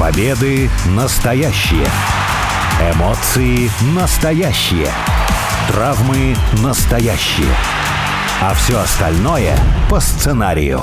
Победы настоящие. Эмоции настоящие. Травмы настоящие. А все остальное по сценарию.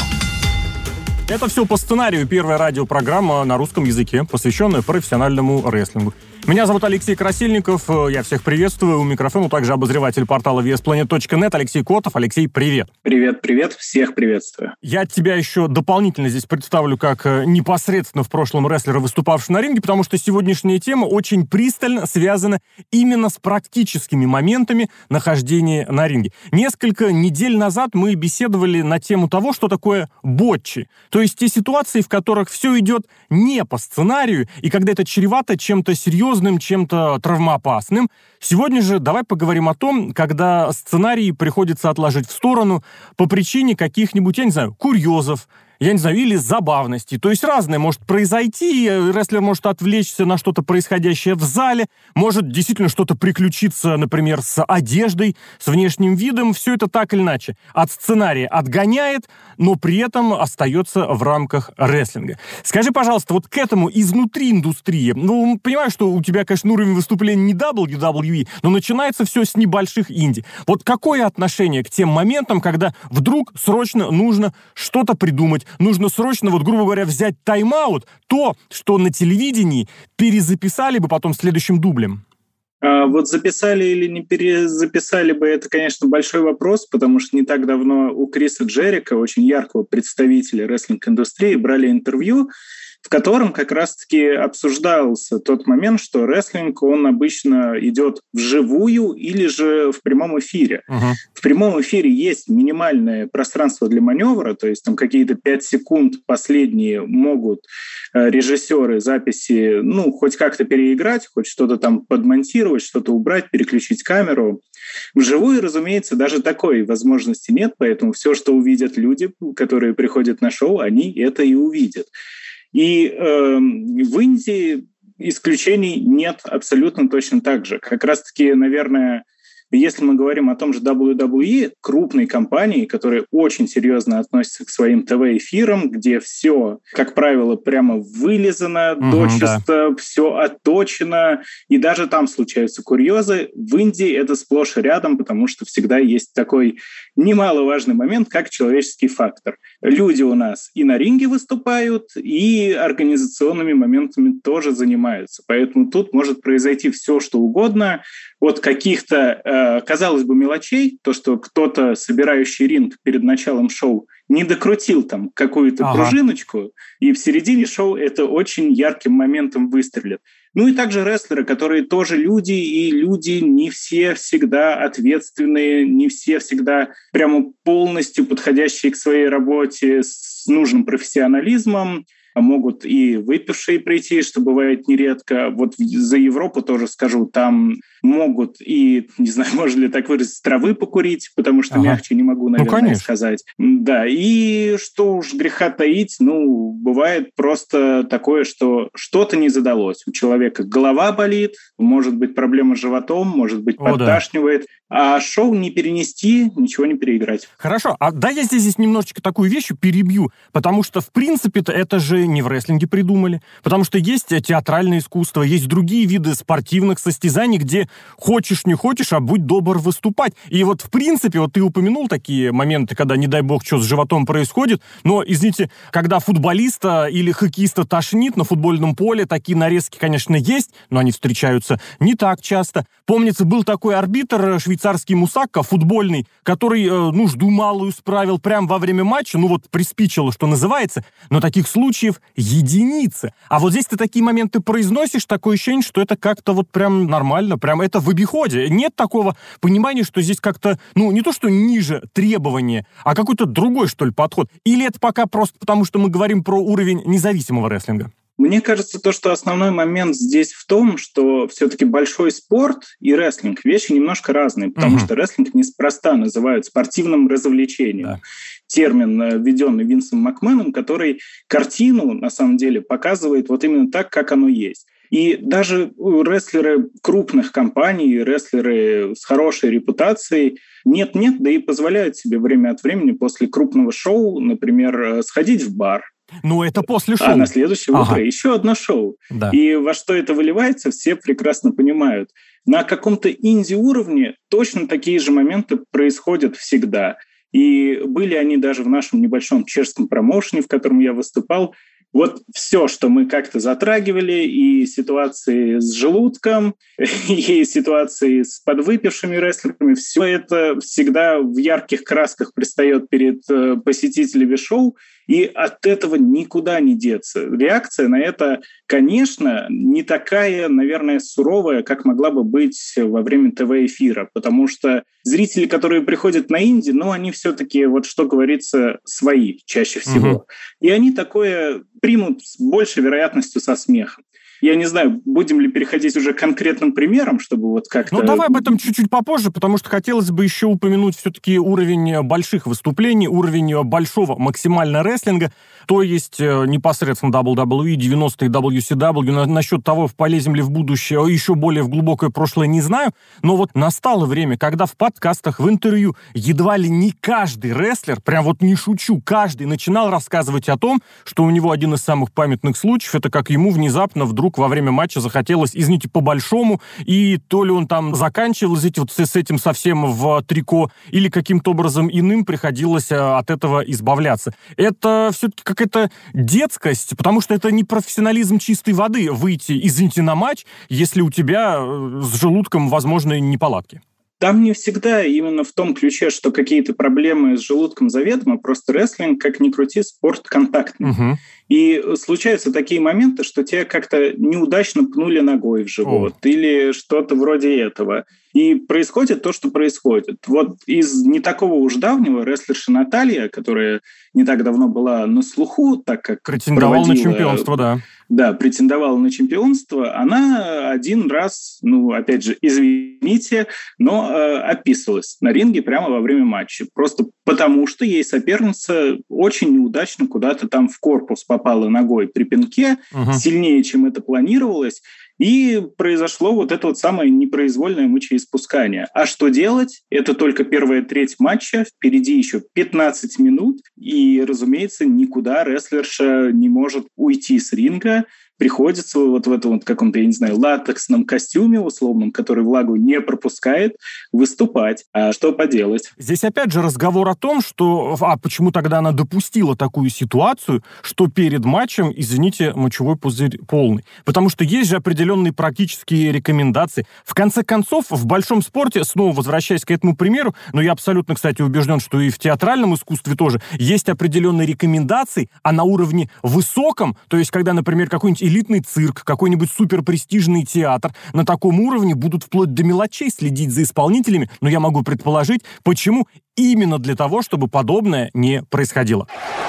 Это все по сценарию. Первая радиопрограмма на русском языке, посвященная профессиональному рестлингу. Меня зовут Алексей Красильников. Я всех приветствую. У микрофона также обозреватель портала VSPlanet.net Алексей Котов. Алексей, привет. Привет. Всех приветствую. Я тебя еще дополнительно здесь представлю как непосредственно в прошлом рестлера, выступавшего на ринге, потому что сегодняшняя тема очень пристально связана именно с практическими моментами нахождения на ринге. Несколько недель назад мы беседовали на тему того, что такое ботчи. То есть те ситуации, в которых все идет не по сценарию, и когда это чревато чем-то серьезным, чем-то травмоопасным. Сегодня же давай поговорим о том, когда сценарий приходится отложить в сторону по причине каких-нибудь, я не знаю, курьезов, или забавностей. То есть разное может произойти, рестлер может отвлечься на что-то происходящее в зале, может действительно что-то приключиться, например, с одеждой, с внешним видом. Все это так или иначе от сценария отгоняет, но при этом остается в рамках рестлинга. Скажи, пожалуйста, вот к этому изнутри индустрии, понимаю, что у тебя, конечно, уровень выступления не WWE, но начинается все с небольших инди. Вот какое отношение к тем моментам, когда вдруг срочно нужно что-то придумать, нужно срочно, грубо говоря, взять тайм-аут, то, что на телевидении перезаписали бы потом следующим дублем? Записали или не перезаписали бы, это, конечно, большой вопрос, потому что не так давно у Криса Джерика, очень яркого представителя рестлинг-индустрии, брали интервью, в котором как раз-таки обсуждался тот момент, что рестлинг, он обычно идет вживую или же в прямом эфире. В прямом эфире есть минимальное пространство для маневра, то есть там какие-то 5 секунд последние могут режиссеры записи, хоть как-то переиграть, хоть что-то там подмонтировать, что-то убрать, переключить камеру. Вживую, разумеется, даже такой возможности нет, поэтому все, что увидят люди, которые приходят на шоу, они это и увидят. И в Индии исключений нет абсолютно точно так же. Как раз-таки, наверное, если мы говорим о том же WWE, крупной компании, которые очень серьезно относятся к своим ТВ-эфирам, где все, как правило, прямо вылизано, дочисто, все отточено, и даже там случаются курьезы. В Индии это сплошь и рядом, потому что всегда есть такой немаловажный момент, как человеческий фактор. Люди у нас и на ринге выступают, и организационными моментами тоже занимаются. Поэтому тут может произойти все, что угодно, от каких-то, казалось бы, мелочей, то, что кто-то, собирающий ринг перед началом шоу, не докрутил там какую-то пружиночку, и в середине шоу это очень ярким моментом выстрелит. И также рестлеры, которые тоже люди, и люди не все всегда ответственные, не все всегда прямо полностью подходящие к своей работе с нужным профессионализмом, могут и выпившие прийти, что бывает нередко. За Европу тоже скажу, там могут и, не знаю, можно ли так выразить, травы покурить, потому что мягче не могу, наверное, сказать. Да, и что уж греха таить, бывает просто такое, что что-то не задалось. У человека голова болит, может быть проблема с животом, может быть подташнивает, а шоу не перенести, ничего не переиграть. Хорошо, я здесь немножечко такую вещь перебью, потому что, в принципе-то, это же не в рестлинге придумали, потому что есть театральное искусство, есть другие виды спортивных состязаний, где хочешь, не хочешь, а будь добр выступать. И в принципе, ты упомянул такие моменты, когда, не дай бог, что с животом происходит, но, извините, когда футболиста или хоккеиста тошнит на футбольном поле, такие нарезки, конечно, есть, но они встречаются не так часто. Помнится, был такой арбитр, швейцарский Мусакка, футбольный, который нужду малую справил прямо во время матча, приспичило, что называется, но таких случаев единицы. А здесь ты такие моменты произносишь, такое ощущение, что это как-то прям нормально, прям это в обиходе. Нет такого понимания, что здесь как-то, не то, что ниже требования, а какой-то другой, что ли, подход. Или это пока просто потому, что мы говорим про уровень независимого рестлинга? Мне кажется, что основной момент здесь в том, что все-таки большой спорт и рестлинг — вещи немножко разные, потому что рестлинг неспроста называют спортивным развлечением. Да. Термин, введенный Винсом Макменом, который картину, на самом деле, показывает именно так, как оно есть. И даже рестлеры крупных компаний, рестлеры с хорошей репутацией нет-нет, да и позволяют себе время от времени после крупного шоу, например, сходить в бар, Ну, это после шоу. А на следующее утро еще одно шоу. Да. И во что это выливается, все прекрасно понимают. На каком-то инди-уровне точно такие же моменты происходят всегда. И были они даже в нашем небольшом чешском промоушене, в котором я выступал. Вот все, что мы как-то затрагивали, и ситуации с желудком, и ситуации с подвыпившими рестлерами, все это всегда в ярких красках предстает перед посетителями шоу, и от этого никуда не деться. Реакция на это, конечно, не такая, наверное, суровая, как могла бы быть во время ТВ-эфира, потому что зрители, которые приходят на инди, они все-таки, вот что говорится, свои чаще всего. И они такое примут с большей вероятностью со смехом. Я не знаю, будем ли переходить уже к конкретным примерам, чтобы вот как-то... Давай об этом чуть-чуть попозже, потому что хотелось бы еще упомянуть все-таки уровень больших выступлений, уровень большого максимально рестлинга, то есть непосредственно WWE, 90-е WCW. Насчет того, полезем ли в будущее, еще более в глубокое прошлое, не знаю. Но вот настало время, когда в подкастах, в интервью едва ли не каждый рестлер, прям вот не шучу, каждый начинал рассказывать о том, что у него один из самых памятных случаев, это как ему внезапно вдруг во время матча захотелось, извините, по-большому, и то ли он там заканчивал, извините, вот с этим совсем в трико, или каким-то образом иным приходилось от этого избавляться. Это все-таки какая-то детскость, потому что это не профессионализм чистой воды выйти, извините, на матч, если у тебя с желудком возможны неполадки. Там не всегда именно в том ключе, что какие-то проблемы с желудком заведомо, просто рестлинг, как ни крути, спорт контактный. И случаются такие моменты, что тебя как-то неудачно пнули ногой в живот или что-то вроде этого. И происходит то, что происходит. Вот из не такого уж давнего рестлерша Наталья, которая не так давно была на слуху, так как претендовала на чемпионство, да. Да, претендовала на чемпионство. Она один раз, опять же, извините, но описалась на ринге прямо во время матча. Просто потому, что ей соперница очень неудачно куда-то там в корпус попала ногой при пинке, сильнее, чем это планировалось. И произошло вот это вот самое непроизвольное мочеиспускание. А что делать? Это только первая треть матча, впереди еще 15 минут, и, разумеется, никуда рестлерша не может уйти с ринга. Приходится вот в этом вот каком-то, я не знаю, латексном костюме условном, который влагу не пропускает, выступать. А что поделать? Здесь опять же разговор о том, что... почему тогда она допустила такую ситуацию, что перед матчем, извините, мочевой пузырь полный? Потому что есть же определенные практические рекомендации. В конце концов, в большом спорте, снова возвращаясь к этому примеру, но я абсолютно, кстати, убежден, что и в театральном искусстве тоже есть определенные рекомендации, а на уровне высоком, то есть когда, например, какой-нибудь элитный цирк, какой-нибудь суперпрестижный театр на таком уровне будут вплоть до мелочей следить за исполнителями, но я могу предположить, почему именно для того, чтобы подобное не происходило.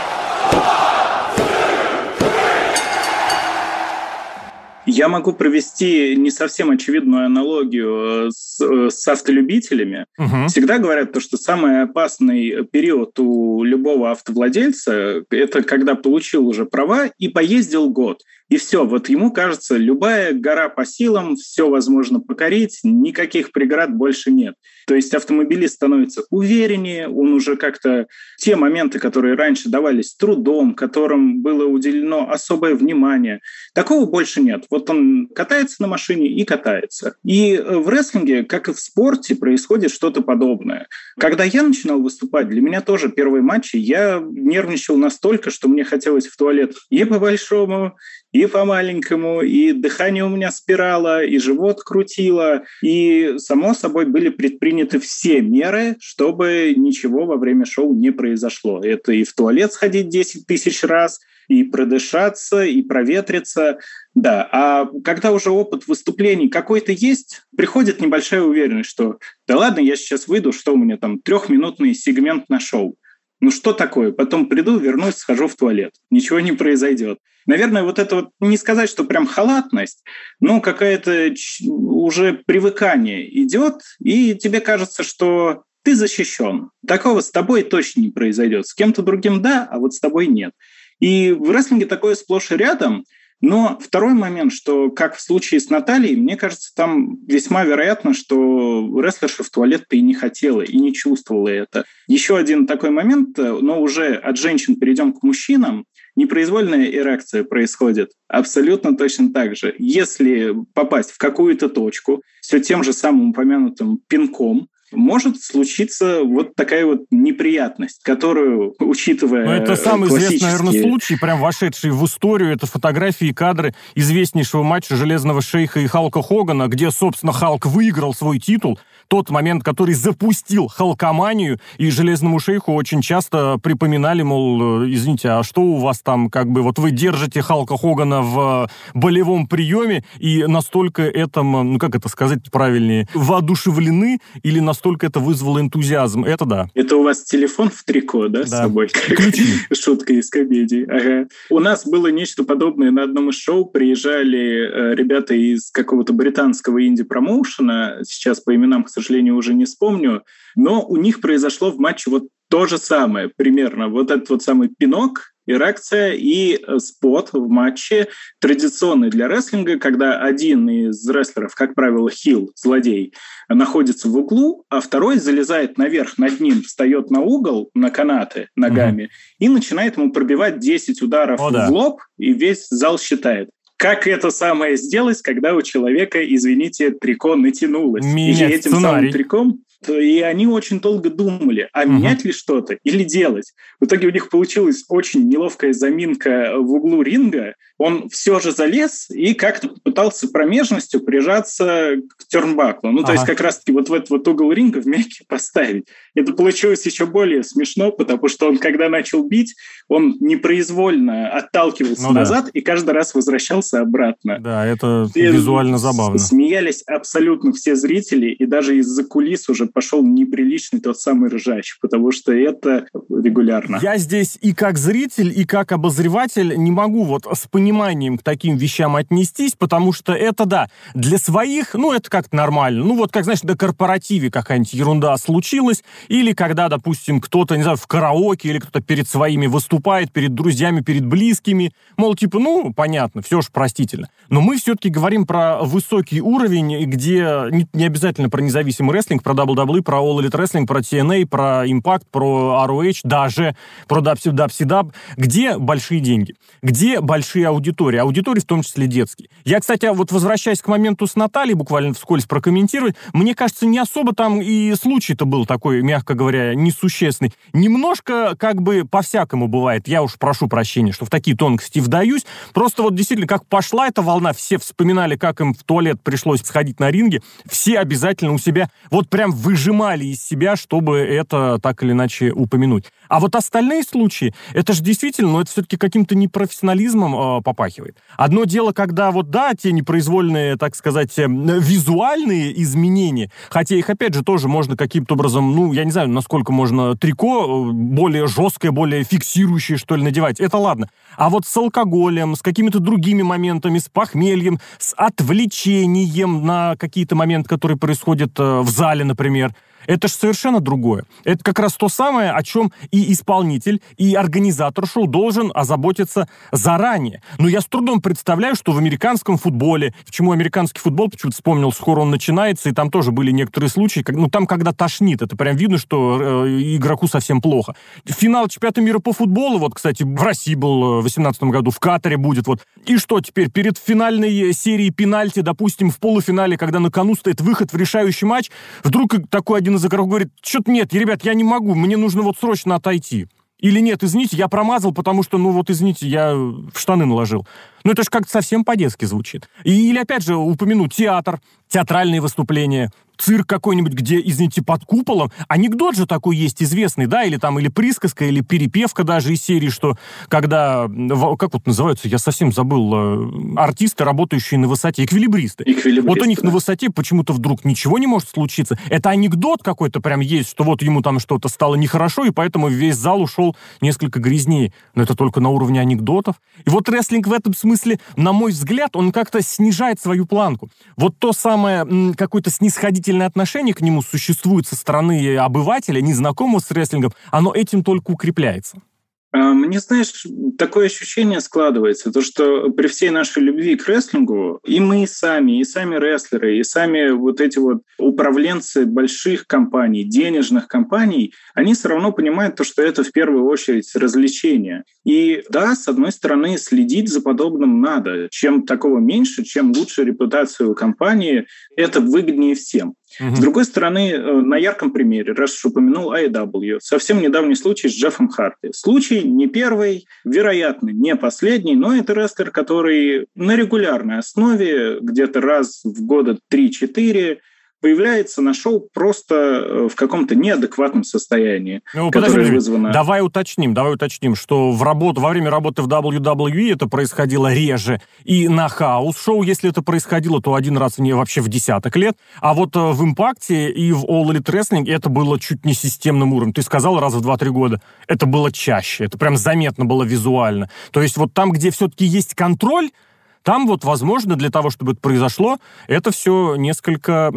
Я могу провести не совсем очевидную аналогию с автолюбителями. Всегда говорят, что самый опасный период у любого автовладельца – это когда получил уже права и поездил год. И все, вот ему кажется, любая гора по силам, все возможно покорить, никаких преград больше нет. То есть автомобилист становится увереннее, он уже как-то те моменты, которые раньше давались трудом, которым было уделено особое внимание, такого больше нет. Вот он катается на машине и катается. И в рестлинге, как и в спорте, происходит что-то подобное. Когда я начинал выступать, для меня тоже первые матчи, я нервничал настолько, что мне хотелось в туалет и по-большому, и по-маленькому, и дыхание у меня спирало, и живот крутило, и, само собой, были предприняты все меры, чтобы ничего во время шоу не произошло. Это и в туалет сходить 10 тысяч раз, и продышаться, и проветриться. Да, а когда уже опыт выступлений какой-то есть, приходит небольшая уверенность, что да ладно, я сейчас выйду, что у меня там 3-минутный сегмент на шоу. Что такое? Потом приду, вернусь, схожу в туалет. Ничего не произойдет. Наверное, вот это вот не сказать, что прям халатность, но какая-то уже привыкание идет, и тебе кажется, что ты защищен. Такого с тобой точно не произойдет. С кем-то другим да, а вот с тобой нет. И в рестлинге такое сплошь и рядом. Но второй момент, что, как в случае с Натальей, мне кажется, там весьма вероятно, что рестлерша в туалет-то и не хотела, и не чувствовала это. Еще один такой момент, но уже от женщин перейдем к мужчинам. непроизвольная эрекция происходит абсолютно точно так же. Если попасть в какую-то точку все тем же самым упомянутым пинком, может случиться вот такая вот неприятность, которую, учитывая Но это самый известный, наверное, случай, прям вошедший в историю. Это фотографии и кадры известнейшего матча Железного Шейха и Халка Хогана, где, собственно, Халк выиграл свой титул. Тот момент, который запустил халкоманию, и Железному Шейху очень часто припоминали, мол, извините, а что у вас там, как бы, вот вы держите Халка Хогана в болевом приеме, и настолько этим, ну, как это сказать правильнее, воодушевлены, или настолько это вызвало энтузиазм. Это да. Это у вас телефон в трико, да, с собой? Ключи. Шутка из комедии. Ага. У нас было нечто подобное на одном из шоу. Приезжали ребята из какого-то британского инди-промоушена, сейчас по именам, к сожалению, уже не вспомню, но у них произошло в матче вот то же самое примерно. Вот этот вот самый пинок, эрекция и спот в матче традиционный для рестлинга, когда один из рестлеров, как правило, хил, злодей, находится в углу, а второй залезает наверх над ним, встает на угол, на канаты ногами, и начинает ему пробивать 10 ударов в лоб, и весь зал считает. Как это самое сделать, когда у человека, извините, трико натянулось? Менять и этим сценарий. самым триком... И они очень долго думали, а менять ли что-то или делать. В итоге у них получилась очень неловкая заминка в углу ринга. Он все же залез и как-то попытался промежностью прижаться к тернбаклу. Ну, то есть как раз-таки вот в этот вот угол ринга в мягкий поставить. Это получилось еще более смешно, потому что он, когда начал бить, он непроизвольно отталкивался назад и каждый раз возвращался обратно. Да, это визуально забавно. Смеялись абсолютно все зрители, и даже из-за кулис уже пошел неприличный тот самый ржач, потому что это регулярно. Я здесь и как зритель, и как обозреватель не могу вот с пониманием к таким вещам отнестись, потому что это, да, для своих, ну, это как-то нормально. Ну, вот как, знаешь, на корпоративе какая-нибудь ерунда случилась, или когда, допустим, кто-то, не знаю, в караоке, или кто-то перед своими выступает, перед друзьями, перед близкими, мол, типа, ну, понятно, все же простительно. Но мы все-таки говорим про высокий уровень, где не обязательно про независимый рестлинг, про WWE, про All Elite Wrestling, про TNA, про Impact, про ROH, даже про WCW, где большие деньги, где большие аудитории в том числе детские. Я, кстати, вот возвращаясь к моменту с Натальей, буквально вскользь прокомментировать, мне кажется, не особо там и случай-то был такой, мягко говоря, несущественный. Немножко как бы по-всякому бывает. Я уж прошу прощения, что в такие тонкости вдаюсь. Просто вот действительно, как пошла эта волна, все вспоминали, как им в туалет пришлось сходить на ринге, все обязательно у себя вот прям выжимали из себя, чтобы это так или иначе упомянуть. А вот остальные случаи, это же действительно, это все-таки каким-то непрофессионализмом попахивает. Одно дело, когда вот, да, те непроизвольные, так сказать, визуальные изменения, хотя их, опять же, тоже можно каким-то образом, ну, я не знаю, насколько можно трико более жесткое, более фиксирующее, что ли, надевать. Это ладно. А вот с алкоголем, с какими-то другими моментами, с похмельем, с отвлечением на какие-то моменты, которые происходят в зале, например, это же совершенно другое. Это как раз то самое, о чем и исполнитель, и организатор шоу должен озаботиться заранее. Но я с трудом представляю, что в американском футболе, почему американский футбол, почему-то вспомнил, скоро он начинается, и там тоже были некоторые случаи, ну там, когда тошнит, это прям видно, что игроку совсем плохо. Финал чемпионата мира по футболу, вот, кстати, в России был в 2018 году, в Катаре будет, вот. И что теперь, перед финальной серией пенальти, допустим, в полуфинале, когда на кону стоит выход в решающий матч, вдруг такой один из игроков говорит, что-то нет, ребят, я не могу, мне нужно вот срочно отойти. Или нет, извините, я промазал, потому что, ну вот, извините, я в штаны наложил. Ну это же как-то совсем по-детски звучит. Или, опять же, упомяну театр, театральные выступления, цирк какой-нибудь, где, извините, под куполом. Анекдот же такой есть известный, да, или там, или присказка, или перепевка даже из серии, что когда, как вот называются, я совсем забыл, артисты, работающие на высоте, эквилибристы. Вот у них на высоте почему-то вдруг ничего не может случиться. Это анекдот какой-то прям есть, что вот ему там что-то стало нехорошо, и поэтому весь зал ушел несколько грязнее. Но это только на уровне анекдотов. И вот рестлинг в этом смысле, на мой взгляд, он как-то снижает свою планку. Вот то самое какое-то снисходительное отношение к нему существует со стороны обывателя, незнакомого с рестлингом, оно этим только укрепляется. Мне, знаешь, такое ощущение складывается, то, что при всей нашей любви к рестлингу и мы сами, и сами рестлеры, и сами вот эти вот управленцы больших компаний, денежных компаний, они все равно понимают то, что это в первую очередь развлечение. И да, с одной стороны, следить за подобным надо. Чем такого меньше, чем лучше репутация у компании, это выгоднее всем. С другой стороны, на ярком примере, раз уж упомянул AEW, совсем недавний случай с Джеффом Харди. Случай не первый, вероятно, не последний, но это рестлер, который на регулярной основе, где-то раз в года 3-4, появляется на шоу просто в каком-то неадекватном состоянии, которое вызвано... Давай уточним, что во время работы в WWE это происходило реже, и на хаус-шоу, если это происходило, то один раз вообще в десяток лет, а вот в Импакте и в All Elite Wrestling это было чуть не системным уровнем. Ты сказал, раз в 2-3 года. Это было чаще, это прям заметно было визуально. То есть вот там, где все-таки есть контроль, там вот, возможно, для того, чтобы это произошло, это все несколько,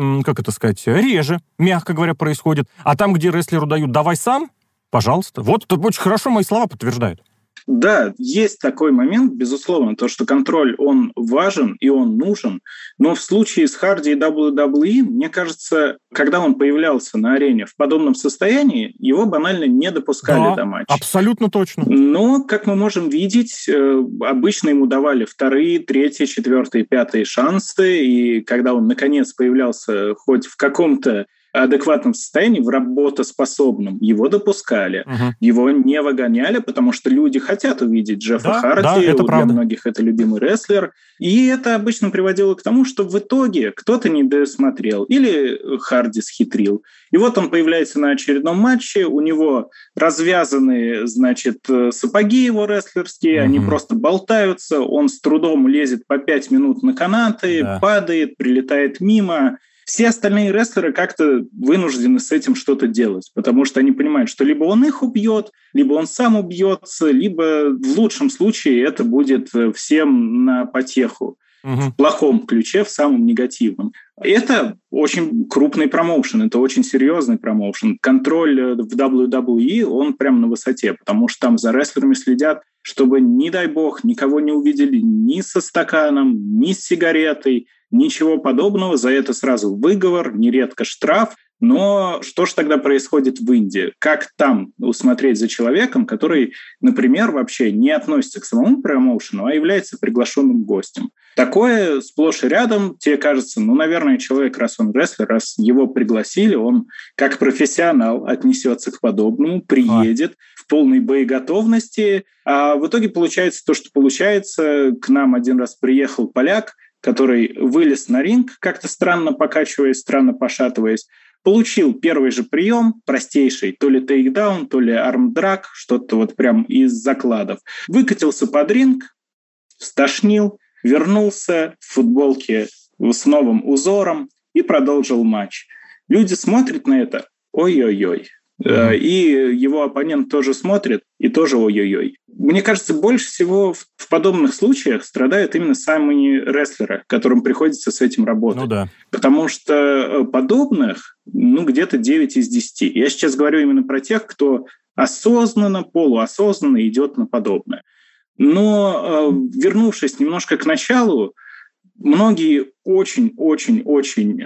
реже, мягко говоря, происходит. А там, где рестлеру дают «давай сам», пожалуйста. Вот это очень хорошо мои слова подтверждают. Да, есть такой момент, безусловно, то, что контроль, он важен и он нужен, но в случае с Харди и WWE, мне кажется, когда он появлялся на арене в подобном состоянии, его банально не допускали до матча. Абсолютно точно. Но, как мы можем видеть, обычно ему давали 2-й, 3-й, 4-й, 5-й шансы, и когда он, наконец, появлялся хоть в каком-то адекватном состоянии, в работоспособном, его допускали. Его не выгоняли, потому что люди хотят увидеть Джеффа Харди, для многих это любимый рестлер. И это обычно приводило к тому, что в итоге кто-то не досмотрел или Харди схитрил. И вот он появляется на очередном матче, у него развязаны, сапоги его рестлерские, они просто болтаются, он с трудом лезет по 5 минут на канаты, падает, прилетает мимо. Все остальные рестлеры как-то вынуждены с этим что-то делать, потому что они понимают, что либо он их убьет, либо он сам убьется, либо в лучшем случае это будет всем на потеху. В плохом ключе, в самом негативном. Это очень крупный промоушен, это очень серьезный промоушен. Контроль в WWE, он прям на высоте, потому что там за рестлерами следят, чтобы, не дай бог, никого не увидели ни со стаканом, ни с сигаретой, ничего подобного. За это сразу выговор, нередко штраф. Но что же тогда происходит в Индии? Как там усмотреть за человеком, который, например, вообще не относится к самому промоушену, а является приглашенным гостем? Такое сплошь и рядом. Тебе кажется, наверное, человек, раз он рестлер, раз его пригласили, он как профессионал отнесется к подобному, приедет в полной боеготовности. А в итоге получается то, что получается. К нам один раз приехал поляк, который вылез на ринг, как-то странно покачиваясь, странно пошатываясь, получил первый же прием, простейший, то ли тейкдаун, то ли армдраг, что-то вот прям из закладов. Выкатился под ринг, стошнил, вернулся в футболке с новым узором и продолжил матч. Люди смотрят на это, ой-ой-ой. И его оппонент тоже смотрит, и тоже ой-ой-ой. Мне кажется, больше всего в подобных случаях страдают именно сами рестлеры, которым приходится с этим работать. Потому что подобных, где-то 9 из 10. Я сейчас говорю именно про тех, кто осознанно, полуосознанно идет на подобное. Но, вернувшись немножко к началу, многие очень-очень-очень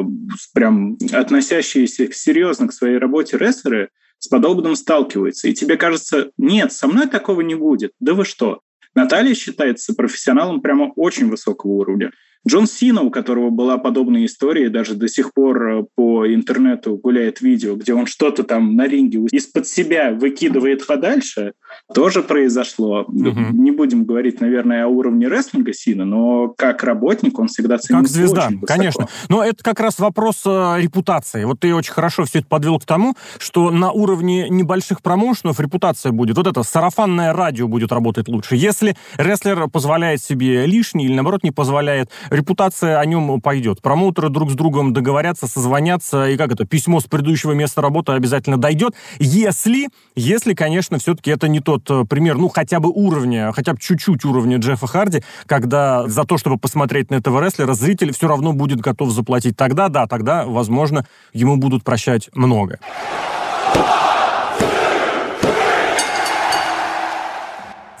прям относящиеся серьезно к своей работе рестлеры с подобным сталкиваются. И тебе кажется, нет, со мной такого не будет. Да вы что? Наталья считается профессионалом прямо очень высокого уровня. Джон Сина, у которого была подобная история, даже до сих пор по интернету гуляет видео, где он что-то там на ринге из-под себя выкидывает подальше, тоже произошло. Не будем говорить, наверное, о уровне рестлинга Сина, но как работник он всегда ценится. Как звезда, очень высоко. Конечно. Но это как раз вопрос репутации. Вот ты очень хорошо все это подвел к тому, что на уровне небольших промоушенов репутация будет. Вот это сарафанное радио будет работать лучше. Если рестлер позволяет себе лишнее или, наоборот, не позволяет, репутация о нем пойдет. Промоутеры друг с другом договорятся, созвонятся, и письмо с предыдущего места работы обязательно дойдет. Если, конечно, все-таки это не тот пример, хотя бы чуть-чуть уровня Джеффа Харди, когда за то, чтобы посмотреть на этого рестлера, зритель все равно будет готов заплатить. Тогда, возможно, ему будут прощать многое.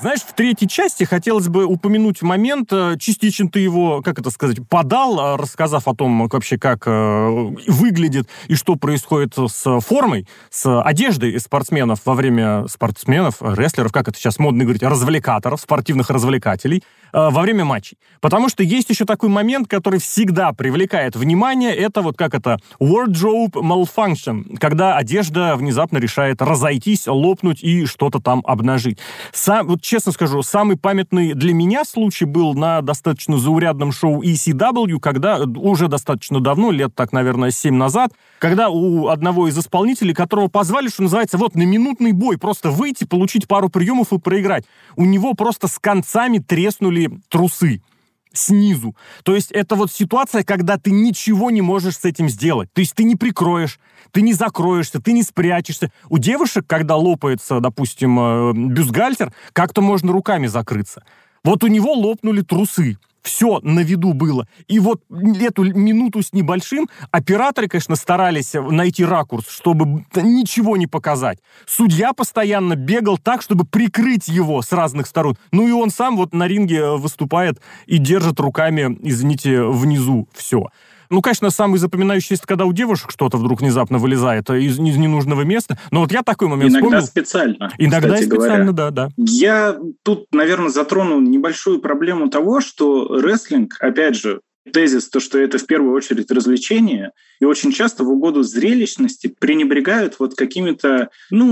Знаешь, в третьей части хотелось бы упомянуть момент, частично ты его, подал, рассказав о том, вообще, как выглядит и что происходит с формой, с одеждой спортсменов во время рестлеров, как это сейчас модно говорить, развлекаторов, спортивных развлекателей, во время матчей. Потому что есть еще такой момент, который всегда привлекает внимание, это wardrobe malfunction, когда одежда внезапно решает разойтись, лопнуть и что-то там обнажить. Честно скажу, самый памятный для меня случай был на достаточно заурядном шоу ECW, когда уже достаточно давно, лет так, наверное, 7 назад, когда у одного из исполнителей, которого позвали, что называется, на минутный бой, просто выйти, получить пару приемов и проиграть. У него просто с концами треснули трусы снизу. То есть это ситуация, когда ты ничего не можешь с этим сделать. То есть ты не прикроешь, ты не закроешься, ты не спрячешься. У девушек, когда лопается, допустим, бюстгальтер, как-то можно руками закрыться. У него лопнули трусы. Все на виду было. И эту минуту с небольшим операторы, конечно, старались найти ракурс, чтобы ничего не показать. Судья постоянно бегал так, чтобы прикрыть его с разных сторон. И он сам на ринге выступает и держит руками, извините, внизу все. Конечно, самый запоминающийся, это когда у девушек что-то вдруг внезапно вылезает из ненужного места. Но я такой момент вспомнил. Иногда специально. Иногда и специально, да. Я тут, наверное, затрону небольшую проблему того, что рестлинг, опять же, тезис, то, что это в первую очередь развлечение, и очень часто в угоду зрелищности пренебрегают какими-то,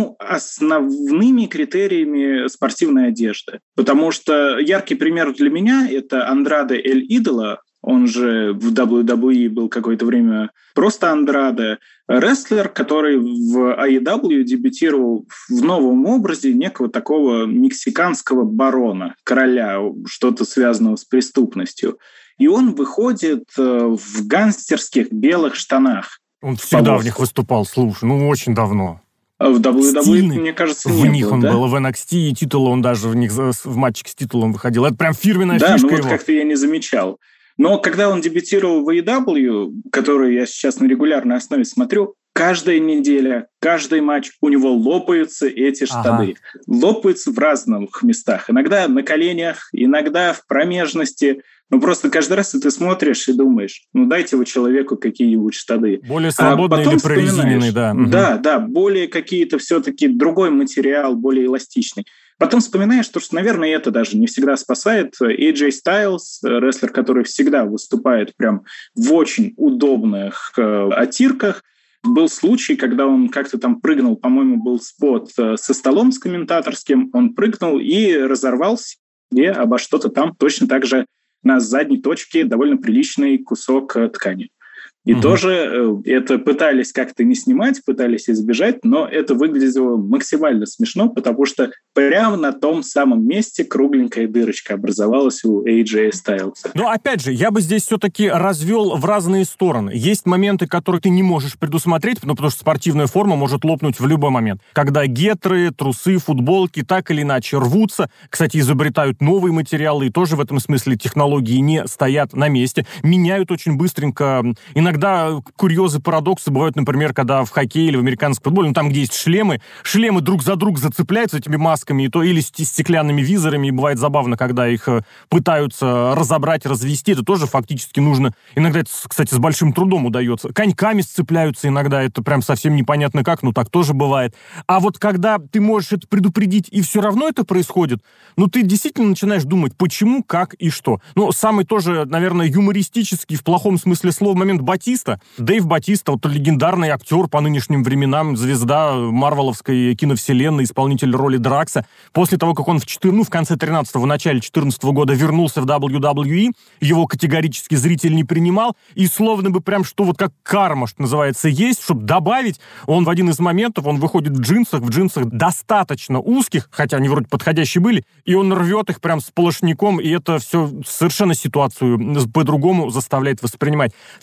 основными критериями спортивной одежды. Потому что яркий пример для меня – это Андраде Эль Идола, он же в WWE был какое-то время просто Андраде, рестлер, который в AEW дебютировал в новом образе некого такого мексиканского барона, короля, что-то связанного с преступностью. И он выходит в гангстерских белых штанах. Он всегда в них выступал, слушай, очень давно. В WWE, стильный. Мне кажется, в них был, он да? был, в NXT, и титулы он даже в них в матчик с титулом выходил. Это прям фирменная фишка его. Как-то я не замечал. Но когда он дебютировал в AEW, который я сейчас на регулярной основе смотрю, каждая неделя, каждый матч у него лопаются эти штаны. Лопаются в разных местах. Иногда на коленях, иногда в промежности. Просто каждый раз ты смотришь и думаешь, дайте вы человеку какие-нибудь штаны. Более свободные или прорезиненные, да. Да, более какие-то все-таки другой материал, более эластичный. Потом вспоминаешь, что, наверное, это даже не всегда спасает. AJ Styles, рестлер, который всегда выступает прям в очень удобных отирках. Был случай, когда он как-то там прыгнул, по-моему, был спот со столом с комментаторским, он прыгнул и разорвал себе обо что-то там точно так же на задней точке довольно приличный кусок ткани. И тоже это пытались как-то не снимать, пытались избежать, но это выглядело максимально смешно, потому что прямо на том самом месте кругленькая дырочка образовалась у AJ Styles. Но опять же, я бы здесь все-таки развел в разные стороны. Есть моменты, которые ты не можешь предусмотреть, потому что спортивная форма может лопнуть в любой момент. Когда гетры, трусы, футболки так или иначе рвутся, кстати, изобретают новые материалы, и тоже в этом смысле технологии не стоят на месте, меняют очень быстренько. Иногда курьезы, парадоксы бывают, например, когда в хоккее или в американском футболе, там, где есть шлемы друг за друг зацепляются этими масками, или стеклянными визорами, и бывает забавно, когда их пытаются разобрать, развести, это тоже фактически нужно. Иногда это, кстати, с большим трудом удается. Коньками сцепляются иногда, это прям совсем непонятно как, так тоже бывает. А когда ты можешь это предупредить, и все равно это происходит, ты действительно начинаешь думать, почему, как и что. Самый тоже, наверное, юмористический, в плохом смысле слова, момент Дэйв Батиста, легендарный актер по нынешним временам, звезда марвеловской киновселенной, исполнитель роли Дракса. После того, как он в конце 13-го, в начале 14-го года вернулся в WWE, его категорически зритель не принимал, и словно бы прям как карма, что называется, есть, чтобы добавить, он в один из моментов, он выходит в джинсах достаточно узких, хотя они вроде подходящие были, и он рвет их прям сплошняком, и это все совершенно ситуацию по-другому заставляет воспринимать. Все-таки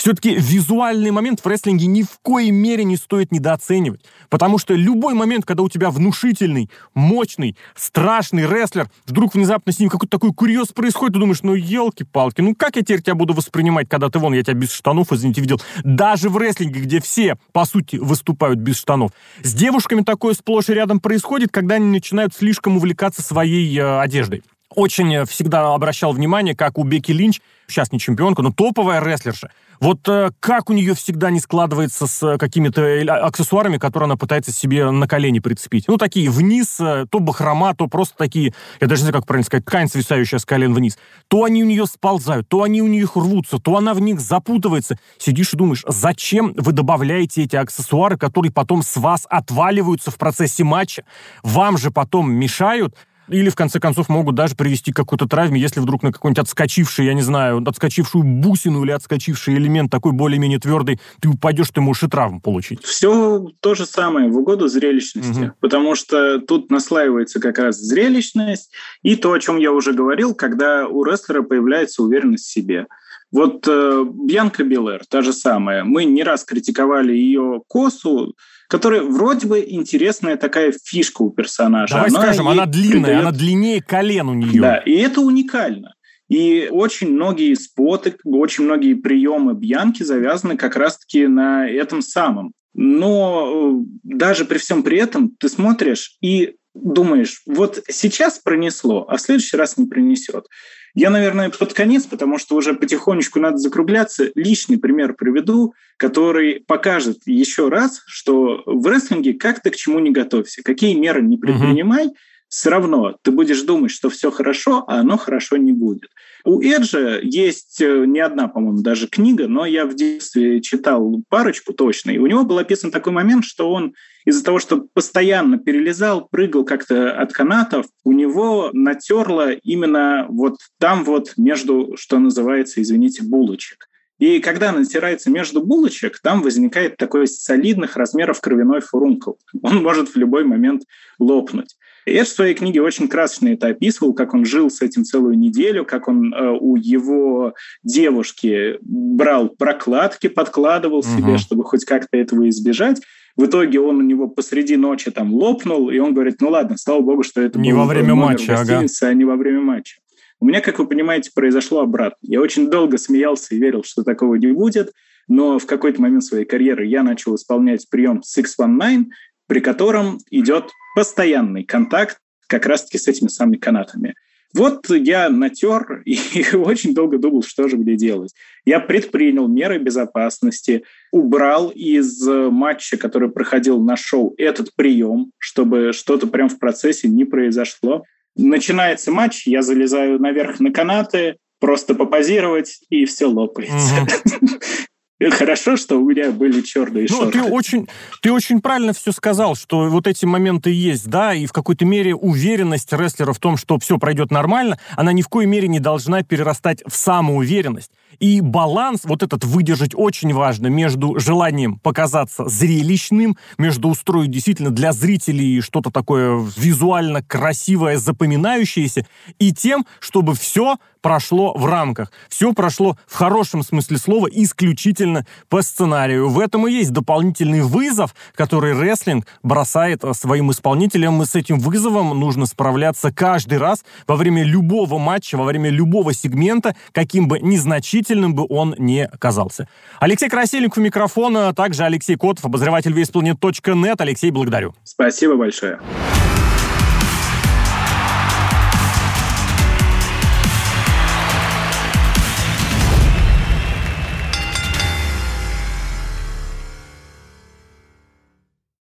визуальный момент в рестлинге ни в коей мере не стоит недооценивать. Потому что любой момент, когда у тебя внушительный, мощный, страшный рестлер, вдруг внезапно с ним какой-то такой курьез происходит, ты думаешь, ну, елки-палки, ну, как я теперь тебя буду воспринимать, когда ты, я тебя без штанов, извините, видел. Даже в рестлинге, где все, по сути, выступают без штанов. С девушками такое сплошь и рядом происходит, когда они начинают слишком увлекаться своей одеждой. Очень всегда обращал внимание, как у Бекки Линч, сейчас не чемпионка, но топовая рестлерша. Вот как у нее всегда не складывается с какими-то аксессуарами, которые она пытается себе на колени прицепить. Ну, такие вниз, то бахрома, то просто такие, я даже не знаю, как правильно сказать, ткань, свисающая с колен вниз. То они у нее сползают, то они у нее рвутся, то она в них запутывается. Сидишь и думаешь, зачем вы добавляете эти аксессуары, которые потом с вас отваливаются в процессе матча? Вам же потом мешают. Или, в конце концов, могут даже привести к какой-то травме, если вдруг на какой-нибудь отскочивший, я не знаю, отскочившую бусину или отскочивший элемент такой более-менее твердый, ты упадешь, ты можешь и травму получить. Все то же самое в угоду зрелищности, потому что тут наслаивается как раз зрелищность и то, о чем я уже говорил, когда у рестлера появляется уверенность в себе. Вот Бьянка Белэр, та же самая. Мы не раз критиковали ее косу, которая вроде бы интересная такая фишка у персонажа. Давай скажем, она длинная, она длиннее колен у нее. Да, и это уникально. И очень многие споты, очень многие приемы Бьянки завязаны как раз-таки на этом самом. Но даже при всем при этом ты смотришь и думаешь, вот сейчас пронесло, а в следующий раз не принесет. Я, наверное, под конец, потому что уже потихонечку надо закругляться, личный пример приведу, который покажет еще раз, что в рестлинге как ты к чему не готовься, какие меры не предпринимай, все равно ты будешь думать, что все хорошо, а оно хорошо не будет. У Эджа есть не одна, по-моему, даже книга, но я в детстве читал парочку точно, и у него был описан такой момент, что он из-за того, что постоянно перелезал, прыгал как-то от канатов, у него натерло именно вот там вот между, что называется, извините, булочек. И когда натирается между булочек, там возникает такой солидных размеров кровяной фурункул. Он может в любой момент лопнуть. Эдж в своей книге очень красочно это описывал, как он жил с этим целую неделю, как он у его девушки брал прокладки, подкладывал себе, чтобы хоть как-то этого избежать. В итоге он у него посреди ночи там лопнул, и он говорит, ну ладно, слава богу, что это не был во время матча, а не во время матча. У меня, как вы понимаете, произошло обратно. Я очень долго смеялся и верил, что такого не будет, но в какой-то момент своей карьеры я начал исполнять прием 619, при котором идет постоянный контакт как раз-таки с этими самыми канатами. Вот я натер и очень долго думал, что же мне делать. Я предпринял меры безопасности, убрал из матча, который проходил на шоу, этот прием, чтобы что-то прям в процессе не произошло. Начинается матч, я залезаю наверх на канаты, просто попозировать, и все лопается. Хорошо, что у меня были черные шорты. Ты очень правильно все сказал, что вот эти моменты есть, да, и в какой-то мере уверенность рестлера в том, что все пройдет нормально, она ни в коей мере не должна перерастать в самоуверенность. И баланс вот этот выдержать очень важно между желанием показаться зрелищным, между устроить действительно для зрителей что-то такое визуально красивое, запоминающееся, и тем, чтобы все прошло в рамках. Все прошло в хорошем смысле слова исключительно по сценарию. В этом и есть дополнительный вызов, который рестлинг бросает своим исполнителям. И с этим вызовом нужно справляться каждый раз во время любого матча, во время любого сегмента, каким бы незначительным бы он ни казался. Алексей Красильников у микрофона, а также Алексей Котов, обозреватель VSPlanet.net. Алексей, благодарю. Спасибо большое.